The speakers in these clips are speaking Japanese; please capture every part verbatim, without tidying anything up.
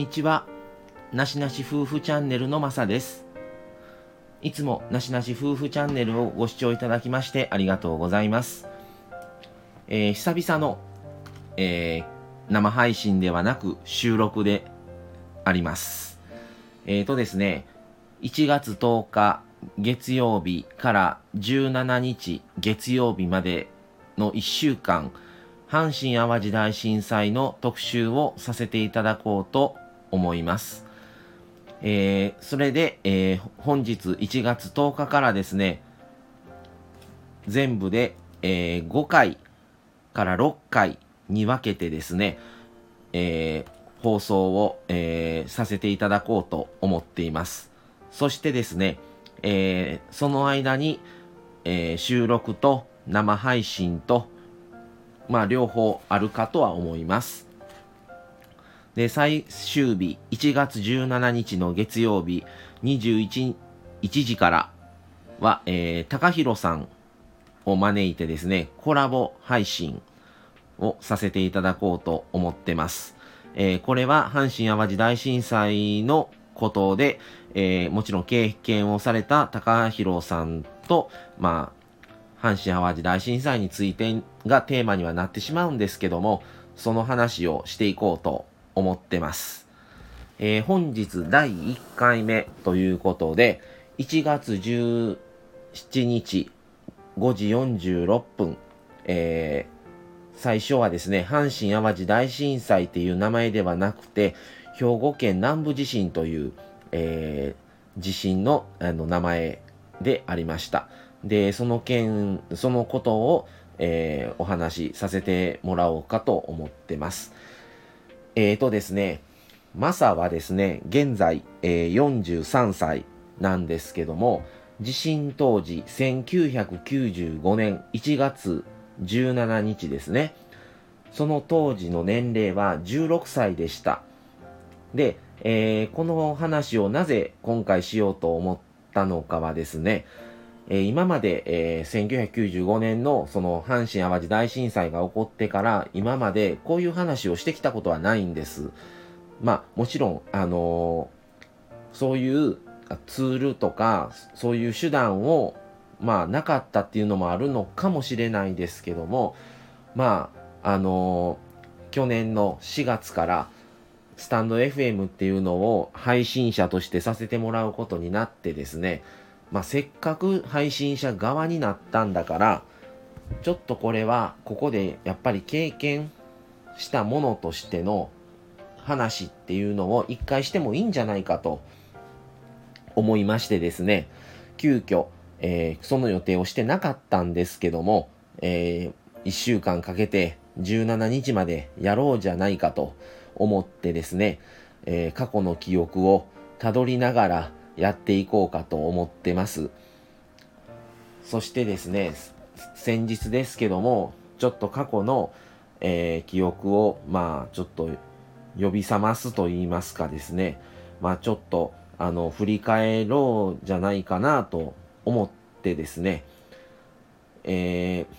にちは。なしなし夫婦チャンネルのまさです。いつもなしなし夫婦チャンネルをご視聴いただきましてありがとうございます。えー、久々の、えー、生配信ではなく収録であります。えーとですね、いちがつとおか月曜日からじゅうしちにち月曜日までのいっしゅうかん、阪神淡路大震災の特集をさせていただこうと思います。えー、それで、えー、本日いちがつとおかからですね、全部で、えー、ごかいからろっかいに分けてですね、えー、放送を、えー、させていただこうと思っています。そしてですね、えー、その間に、えー、収録と生配信とまあ両方あるかとは思います。で、最終日いちがつじゅうしちにちの月曜日にじゅういちじからは、えー、高弘さんを招いてですね、コラボ配信をさせていただこうと思ってます。えー、これは阪神淡路大震災のことで、えー、もちろん経験をされた高弘さんと、まあ、阪神淡路大震災についてがテーマにはなってしまうんですけども、その話をしていこうと思ってます。えー、本日だいいっかいめということで、いちがつじゅうしちにちごじよんじゅうろっぷん、えー、最初はですね、阪神淡路大震災っていう名前ではなくて、兵庫県南部地震という、えー、地震の、あの名前でありました。で、その件、そのことを、えー、お話しさせてもらおうかと思ってます。えーとですね、マサはですね、現在、えー、よんじゅうさんさいなんですけども、地震当時、せんきゅうひゃくきゅうじゅうごねんいちがつじゅうしちにちですね。その当時の年齢はじゅうろくさいでした。で、えー、この話をなぜ今回しようと思ったのかはですね、えー、今まで、えー、せんきゅうひゃくきゅうじゅうごねんのその阪神淡路大震災が起こってから今までこういう話をしてきたことはないんです。まあもちろん、あのー、そういうツールとかそういう手段をまあなかったっていうのもあるのかもしれないですけども、まああのー、去年のしがつからスタンド エフエム っていうのを配信者としてさせてもらうことになってですね、まあ、せっかく配信者側になったんだから、ちょっとこれはここでやっぱり経験したものとしての話っていうのを一回してもいいんじゃないかと思いましてですね、急遽、えー、その予定をしてなかったんですけども、えー、いっしゅうかんかけてじゅうしちにちまでやろうじゃないかと思ってですね、えー、過去の記憶をたどりながらやっていこうかと思ってます。そしてですね、先日ですけども、ちょっと過去の、えー、記憶を、まあ、ちょっと呼び覚ますと言いますかですね、まあ、ちょっと、あの、振り返ろうじゃないかなと思ってですね、えー、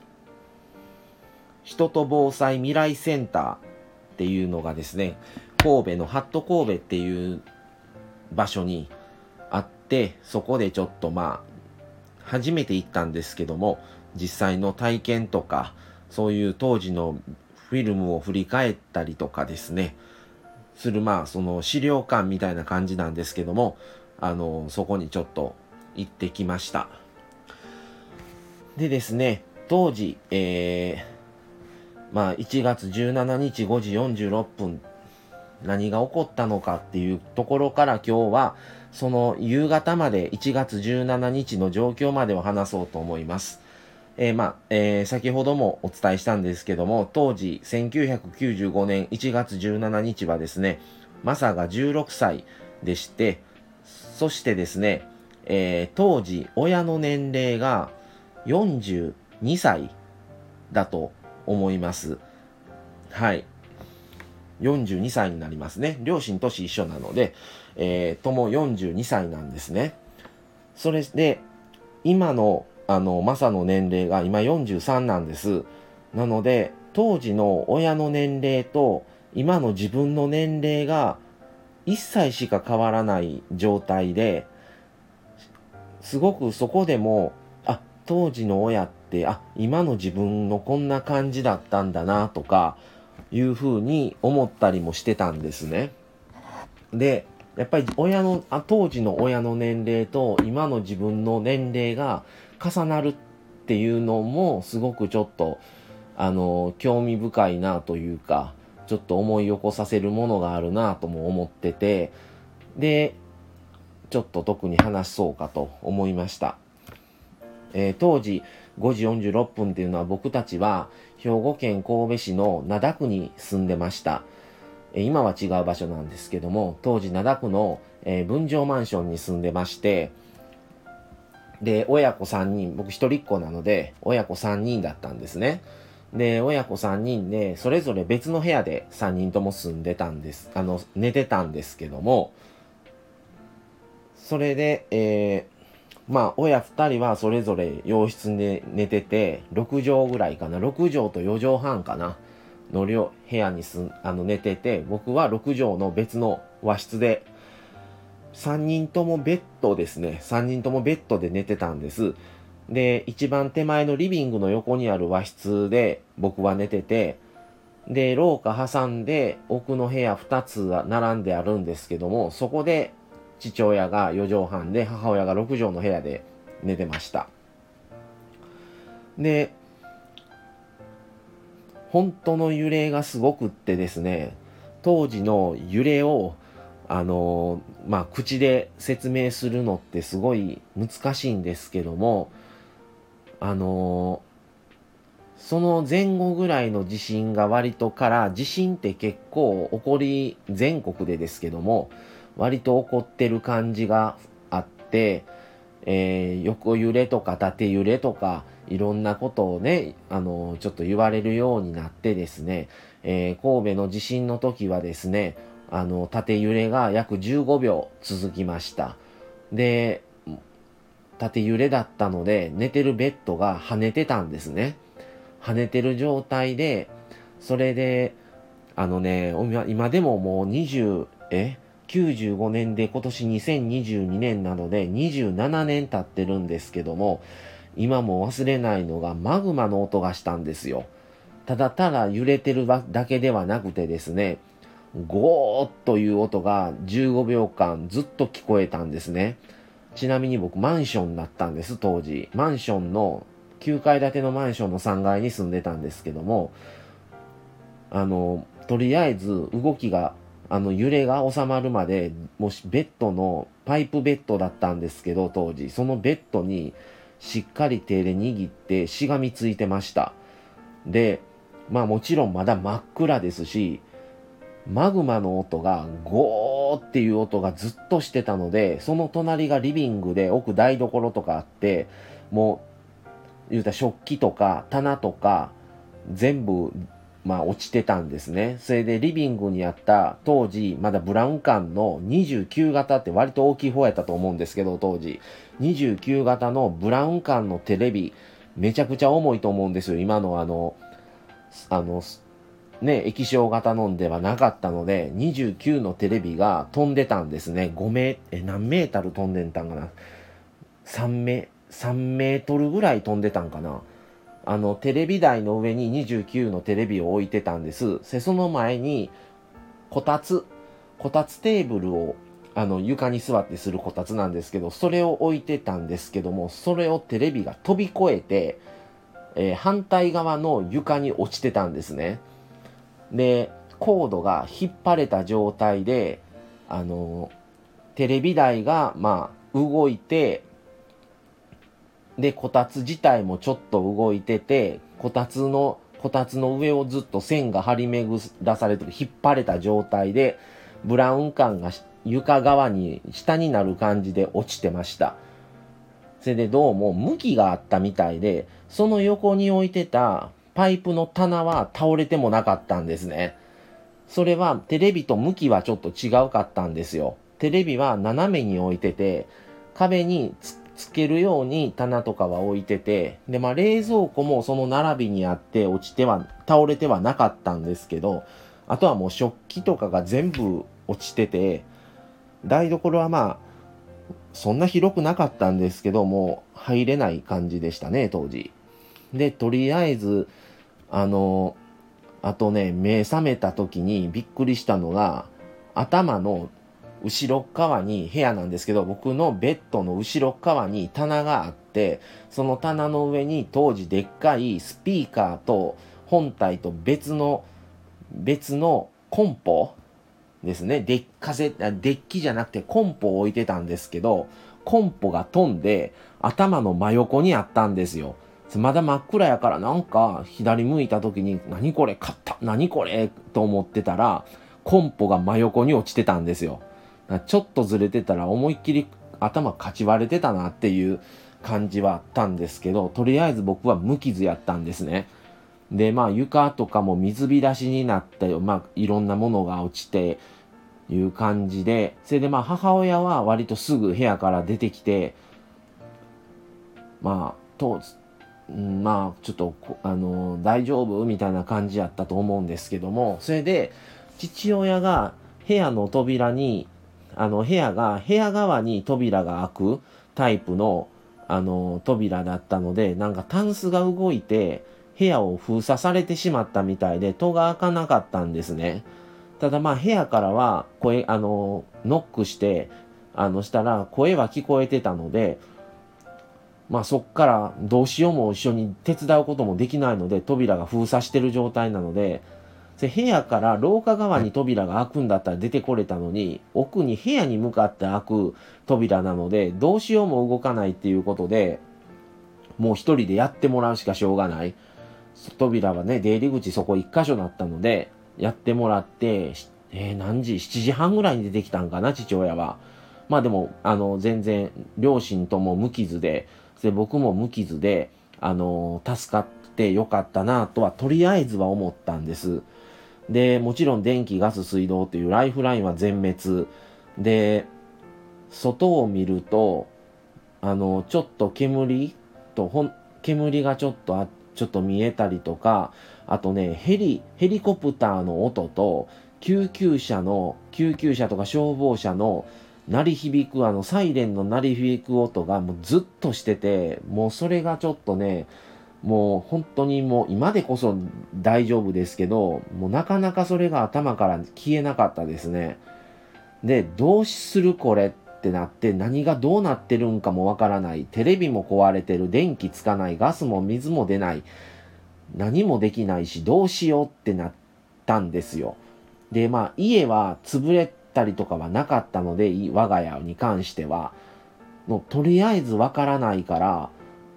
人と防災未来センターっていうのがですね、神戸のハット神戸っていう場所にあって、そこでちょっとまあ、初めて行ったんですけども、実際の体験とか、そういう当時のフィルムを振り返ったりとかですね、するまあ、その資料館みたいな感じなんですけども、あの、そこにちょっと行ってきました。でですね、当時、えー、まあ、いちがつじゅうしちにちごじよんじゅうろっぷん、何が起こったのかっていうところから今日はその夕方までいちがつじゅうしちにちの状況までを話そうと思います。えー、まあ、えー、先ほどもお伝えしたんですけども、当時せんきゅうひゃくきゅうじゅうごねんいちがつじゅうしちにちはですね、マサがじゅうろくさいでして、そしてですね、えー、当時親の年齢がよんじゅうにさいだと思います。はい。よんじゅうにさいになりますね。両親年一緒なので、えー、ともよんじゅうにさいなんですね。それで、今の、あの、マサの年齢が今よんじゅうさんなんです。なので、当時の親の年齢と今の自分の年齢がいっさいしか変わらない状態で、すごくそこでも、あ、当時の親って、あ、今の自分のこんな感じだったんだなとかいうふうに思ったりもしてたんですね。で、やっぱり親のあ当時の親の年齢と今の自分の年齢が重なるっていうのもすごくちょっとあの興味深いなというか、ちょっと思い起こさせるものがあるなとも思ってて、でちょっと特に話そうかと思いました。えー、当時ごじよんじゅうろっぷんっていうのは、僕たちは兵庫県神戸市の灘区に住んでました。えー、今は違う場所なんですけども、当時灘区の、えー、分譲マンションに住んでまして、で親子さんにん、僕一人っ子なので親子さんにんだったんですね。で親子さんにんでそれぞれ別の部屋でさんにんとも住んでたんですあの寝てたんですけども、それで、えーまあ親ふたりはそれぞれ洋室で寝てて、ろくじょうぐらいかな、ろくじょうとよじょうはんかなの部屋にすあの寝てて、僕はろくじょうの別の和室で、さんにんともベッドですね、さんにんともベッドで寝てたんです。で一番手前のリビングの横にある和室で僕は寝てて、で廊下挟んで奥の部屋ふたつ並んであるんですけども、そこで父親がよじょうはんで母親がろくじょうの部屋で寝てました。で本当の揺れがすごくってですね、当時の揺れをあのまあ口で説明するのってすごい難しいんですけども、あのその前後ぐらいの地震が割とから、地震って結構起こり、全国でですけども割と起こってる感じがあって、えー、横揺れとか縦揺れとかいろんなことをね、あのちょっと言われるようになってですね、えー、神戸の地震の時はですね、あの縦揺れが約じゅうごびょう続きました。で縦揺れだったので寝てるベッドが跳ねてたんですね。跳ねてる状態で、それであのね、今でももうにじゅうえきゅうじゅうごねんで今年にせんにじゅうにねんなのでにじゅうななねん経ってるんですけども、今も忘れないのがマグマの音がしたんですよ。ただただ揺れてるだけではなくてですね、ゴーッという音がじゅうごびょうかんずっと聞こえたんですね。ちなみに僕マンションだったんです。当時マンションのきゅうかい建てのマンションのさんがいに住んでたんですけども、あのとりあえず動きがあの揺れが収まるまで、もしベッドのパイプベッドだったんですけど、当時そのベッドにしっかり手で握ってしがみついてました。でまあもちろんまだ真っ暗ですし、マグマの音がゴーっていう音がずっとしてたので、その隣がリビングで奥台所とかあって、もう言うたら食器とか棚とか全部まあ落ちてたんですね。それでリビングにあった当時まだブラウン管のにじゅうきゅう型って割と大きい方やったと思うんですけど、当時にじゅうきゅう型のブラウン管のテレビ、めちゃくちゃ重いと思うんですよ。今のあのあのね、液晶型のんではなかったので、にじゅうきゅうのテレビが飛んでたんですね。ごメえ何メートル飛んでたんかな、3メ3メートルぐらい飛んでたんかな。あのテレビ台の上ににじゅうきゅうのテレビを置いてたんです。でその前にこたつこたつテーブルを、あの床に座ってするこたつなんですけど、それを置いてたんですけども、それをテレビが飛び越えて、えー反対側の床に落ちてたんですね。でコードが引っ張れた状態で、あのテレビ台がまあ動いて、でこたつ自体もちょっと動いてて、こたつのこたつの上をずっと線が張り巡らされてる、引っ張れた状態でブラウン管が床側に下になる感じで落ちてました。それでどうも向きがあったみたいで、その横に置いてたパイプの棚は倒れてもなかったんですね。それはテレビと向きはちょっと違うかったんですよ。テレビは斜めに置いてて、壁に つ, つけるように棚とかは置いてて、でまあ冷蔵庫もその並びにあって落ちては倒れてはなかったんですけど、あとはもう食器とかが全部落ちてて、 台所はまあそんな広くなかったんですけども入れない感じでしたね当時。でとりあえずあのあとね目覚めた時にびっくりしたのが、頭の後ろ側に、部屋なんですけど僕のベッドの後ろ側に棚があって、その棚の上に当時でっかいスピーカーと本体と別の別のコンポですね、デッカセデッキじゃなくてコンポを置いてたんですけど、コンポが飛んで頭の真横にあったんですよ。まだ真っ暗やから、なんか左向いた時に何これ買った何これと思ってたら、コンポが真横に落ちてたんですよ。ちょっとずれてたら思いっきり頭かち割れてたなっていう感じはあったんですけど、とりあえず僕は無傷やったんですね。でまあ床とかも水浸しになって、まあいろんなものが落ちていう感じで、それでまあ母親は割とすぐ部屋から出てきて、まあと、うん、まあちょっとあの大丈夫みたいな感じやったと思うんですけども、それで父親が部屋の扉に、あの部屋が部屋側に扉が開くタイプのあの扉だったので、なんかタンスが動いて部屋を封鎖されてしまったみたいで戸が開かなかったんですね。ただまあ部屋からは声、あのノックしてあのしたら声は聞こえてたので、まあそっからどうしようも一緒に手伝うこともできないので、扉が封鎖してる状態なので、部屋から廊下側に扉が開くんだったら出てこれたのに、奥に部屋に向かって開く扉なのでどうしようも動かないっていうことで、もう一人でやってもらうしかしょうがない。扉はね、出入り口そこ一箇所だったのでやってもらって、えー、何時しちじはんぐらいに出てきたんかな、父親は。まあでもあの全然両親とも無傷で、で僕も無傷で、あの助かってよかったなとはとりあえずは思ったんです。でもちろん電気ガス水道というライフラインは全滅で、外を見るとあのちょっと煙とほん煙がちょっとあちょっと見えたりとか、あとねヘリヘリコプターの音と救急車の救急車とか消防車の鳴り響くあのサイレンの鳴り響く音がもうずっとしてて、もうそれがちょっとね、もう本当にもう今でこそ大丈夫ですけど、もうなかなかそれが頭から消えなかったですね。でどうするこれってなって、何がどうなってるんかもわからない、テレビも壊れてる、電気つかない、ガスも水も出ない、何もできないしどうしようってなったんですよ。でまあ家は潰れたりとかはなかったので、我が家に関してはもうとりあえずわからないから、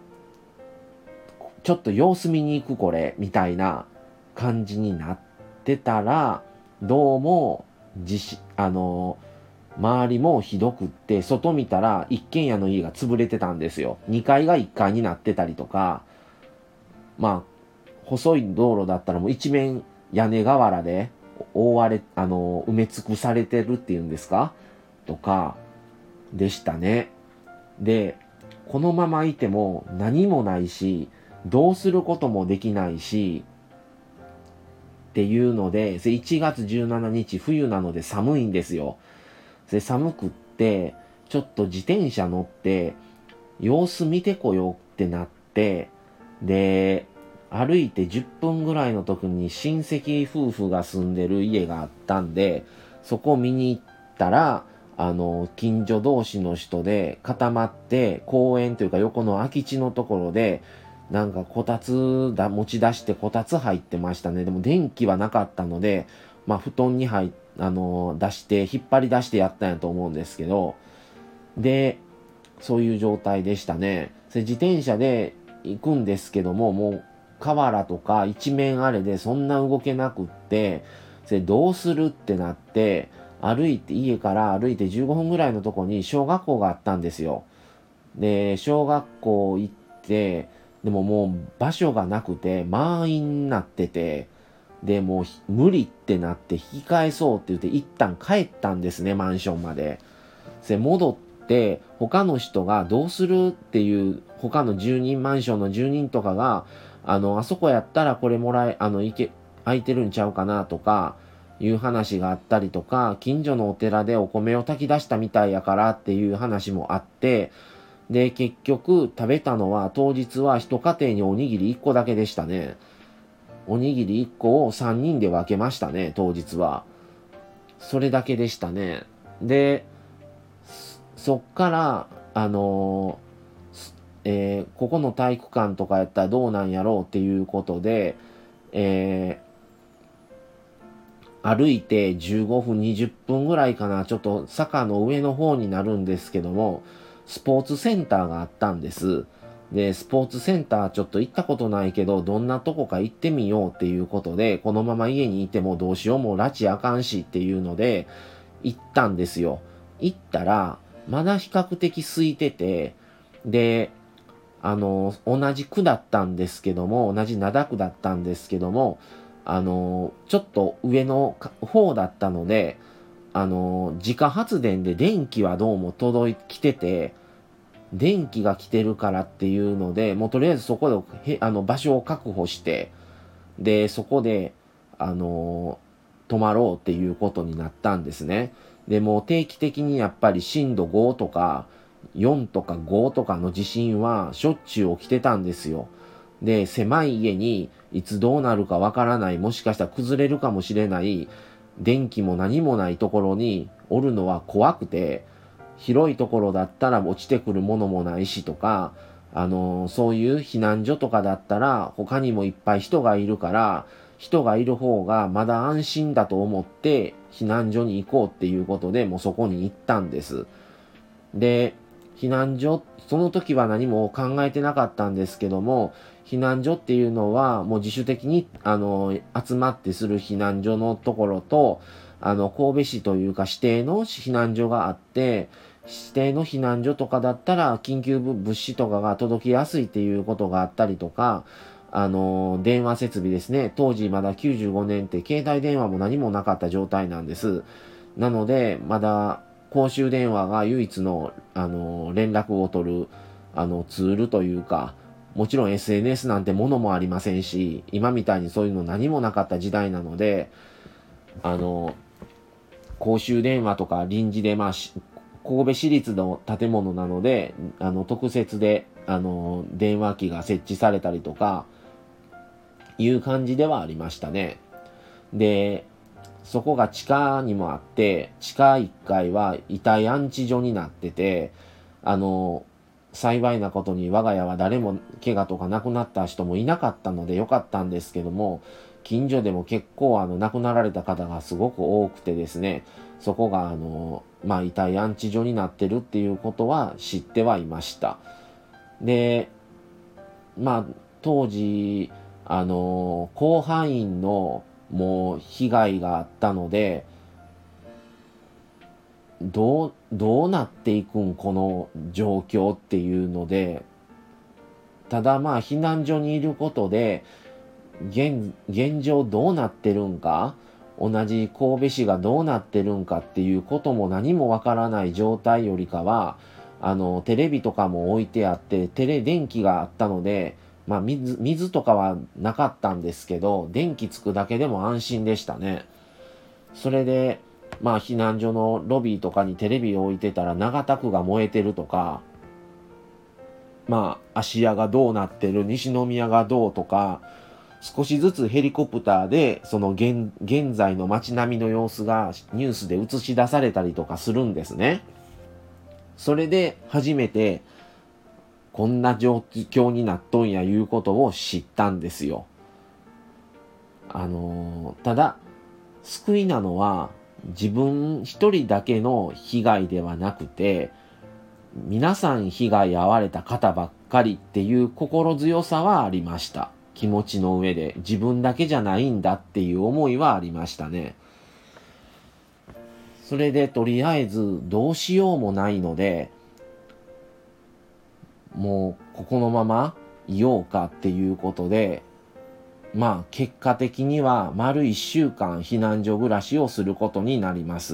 ちょっと様子見に行くこれみたいな感じになってたら、どうも地震あの周りもひどくって、外見たら一軒家の家が潰れてたんですよ。にかいがいっかいになってたりとか、まあ細い道路だったらもう一面屋根瓦で覆われあの埋め尽くされてるっていうんですかとかでしたね。でこのままいても何もないしどうすることもできないしっていうので、いちがつじゅうしちにち冬なので寒いんですよ。で寒くってちょっと自転車乗って様子見てこようってなって、で歩いてじゅっぷんぐらいの時に親戚夫婦が住んでる家があったんで、そこ見に行ったらあの近所同士の人で固まって公園というか横の空き地のところでなんかこたつだ持ち出してこたつ入ってましたね。でも電気はなかったので、まあ布団に入あの出して引っ張り出してやったんやと思うんですけど、でそういう状態でしたね。で自転車で行くんですけども、もう河原とか一面あれでそんな動けなくって、でどうするってなって、歩いて家から歩いてじゅうごふんぐらいのとこに小学校があったんですよ。で小学校行って、でももう場所がなくて満員になってて、でもう無理ってなって引き返そうって言って一旦帰ったんですね、マンションまで。で戻って他の人がどうするっていう、他の住人マンションの住人とかがあのあそこやったらこれもらえあのいけ空いてるんちゃうかなとかいう話があったりとか、近所のお寺でお米を炊き出したみたいやからっていう話もあって、で、結局食べたのは当日は一家庭におにぎりいっこだけでしたね。おにぎりいっこをさんにんで分けましたね、当日は。それだけでしたね。で、そっから、あのーえーここの体育館とかやったらどうなんやろうっていうことで、えー歩いてじゅうごふん、にじゅっぷんぐらいかな、ちょっと坂の上の方になるんですけども、スポーツセンターがあったんです。で、スポーツセンターちょっと行ったことないけど、どんなとこか行ってみようっていうことで、このまま家にいてもどうしようも拉致あかんしっていうので、行ったんですよ。行ったら、まだ比較的空いてて、で、あの、同じ区だったんですけども、同じ灘区だったんですけども、あの、ちょっと上の方だったので、あの、自家発電で電気はどうも届いきてて、電気が来てるからっていうので、もうとりあえずそこで、へあの、場所を確保して、で、そこで、あの、泊まろうっていうことになったんですね。で、もう定期的にやっぱり震度ごとか、よんとかごとかの地震はしょっちゅう起きてたんですよ。で、狭い家にいつどうなるかわからない、もしかしたら崩れるかもしれない、電気も何もないところにおるのは怖くて、広いところだったら落ちてくるものもないしとか、あの、そういう避難所とかだったら他にもいっぱい人がいるから、人がいる方がまだ安心だと思って避難所に行こうっていうことでもうそこに行ったんです。で、避難所、その時は何も考えてなかったんですけども、避難所っていうのはもう自主的にあの集まってする避難所のところと、あの神戸市というか指定の避難所があって、指定の避難所とかだったら緊急物資とかが届きやすいっていうことがあったりとか、あの電話設備ですね。当時まだきゅうじゅうごねんって携帯電話も何もなかった状態なんです。なので、まだ公衆電話が唯一の、あの、連絡を取る、あの、ツールというか、もちろん エスエヌエス なんてものもありませんし、今みたいにそういうの何もなかった時代なので、あの、公衆電話とか臨時で、まあ、神戸市立の建物なので、あの、特設で、あの、電話機が設置されたりとか、いう感じではありましたね。で、そこが地下にもあって、地下いっかいは遺体安置所になってて、あの、幸いなことに我が家は誰も怪我とか亡くなった人もいなかったのでよかったんですけども、近所でも結構あの亡くなられた方がすごく多くてですね、そこがあの、まあ遺体安置所になってるっていうことは知ってはいました。で、まあ当時、あの、広範囲のもう被害があったので、どう、どうなっていくん、この状況っていうので、ただまあ避難所にいることで、現、現状どうなってるんか、同じ神戸市がどうなってるんかっていうことも何もわからない状態よりかは、あの、テレビとかも置いてあって、テレ電気があったので、まあ水、水とかはなかったんですけど、電気つくだけでも安心でしたね。それで、まあ避難所のロビーとかにテレビを置いてたら長田区が燃えてるとか、まあ芦屋がどうなってる、西宮がどうとか、少しずつヘリコプターでその現現在の街並みの様子がニュースで映し出されたりとかするんですね。それで初めてこんな状況になっとんやいうことを知ったんですよ。あのー、ただ救いなのは自分一人だけの被害ではなくて、皆さん被害遭われた方ばっかりっていう心強さはありました。気持ちの上で自分だけじゃないんだっていう思いはありましたね。それでとりあえずどうしようもないので、もうここのままいようかっていうことで、まあ結果的には丸一週間避難所暮らしをすることになります。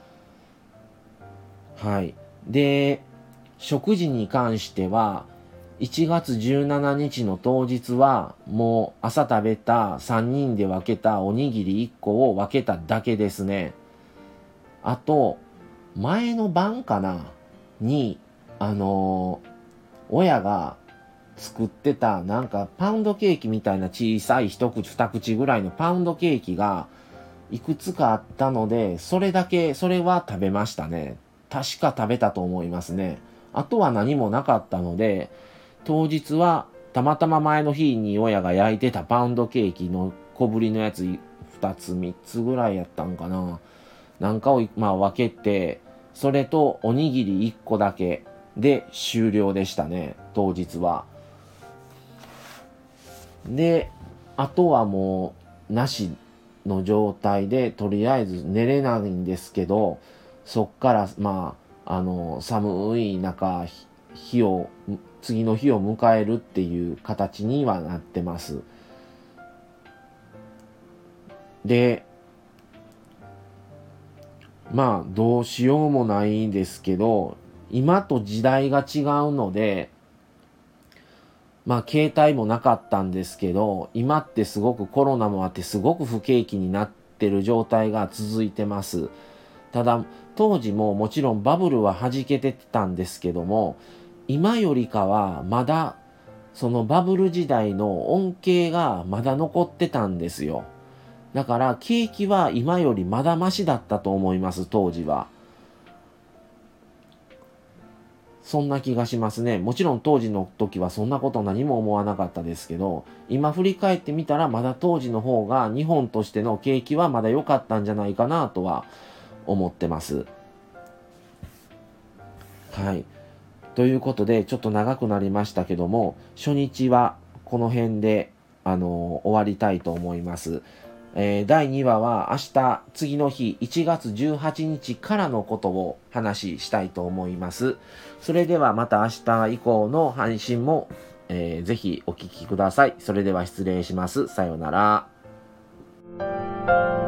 はい。で、食事に関しては、 いちがつじゅうしちにちの当日はもう朝食べたさんにんで分けたおにぎりいっこを分けただけですね。あと前の晩かなにあのー、親が作ってたなんかパウンドケーキみたいな小さい一口二口ぐらいのパウンドケーキがいくつかあったので、それだけそれは食べましたね。確か食べたと思いますね。あとは何もなかったので、当日はたまたま前の日に親が焼いてたパウンドケーキの小ぶりのやつふたつみっつぐらいやったんかな、なんかをまあ分けて、それとおにぎりいっこだけで終了でしたね、当日は。であとはもうなしの状態で、とりあえず寝れないんですけど、そっからまああの寒い中日を次の日を迎えるっていう形にはなってます。でまあどうしようもないんですけど、今と時代が違うので、まあ携帯もなかったんですけど、今ってすごくコロナもあってすごく不景気になってる状態が続いてます。ただ当時ももちろんバブルは弾けてたんですけども、今よりかはまだそのバブル時代の恩恵がまだ残ってたんですよ。だから景気は今よりまだマシだったと思います、当時は。そんな気がしますね。もちろん当時の時はそんなこと何も思わなかったですけど、今振り返ってみたらまだ当時の方が日本としての景気はまだ良かったんじゃないかなとは思ってます。はい。ということでちょっと長くなりましたけども、初日はこの辺であの終わりたいと思います。えー、だいにわは明日、次の日、いちがつじゅうはちにちからのことを話したいと思います。それではまた明日以降の配信も、えー、ぜひお聞きください。それでは失礼します。さようなら。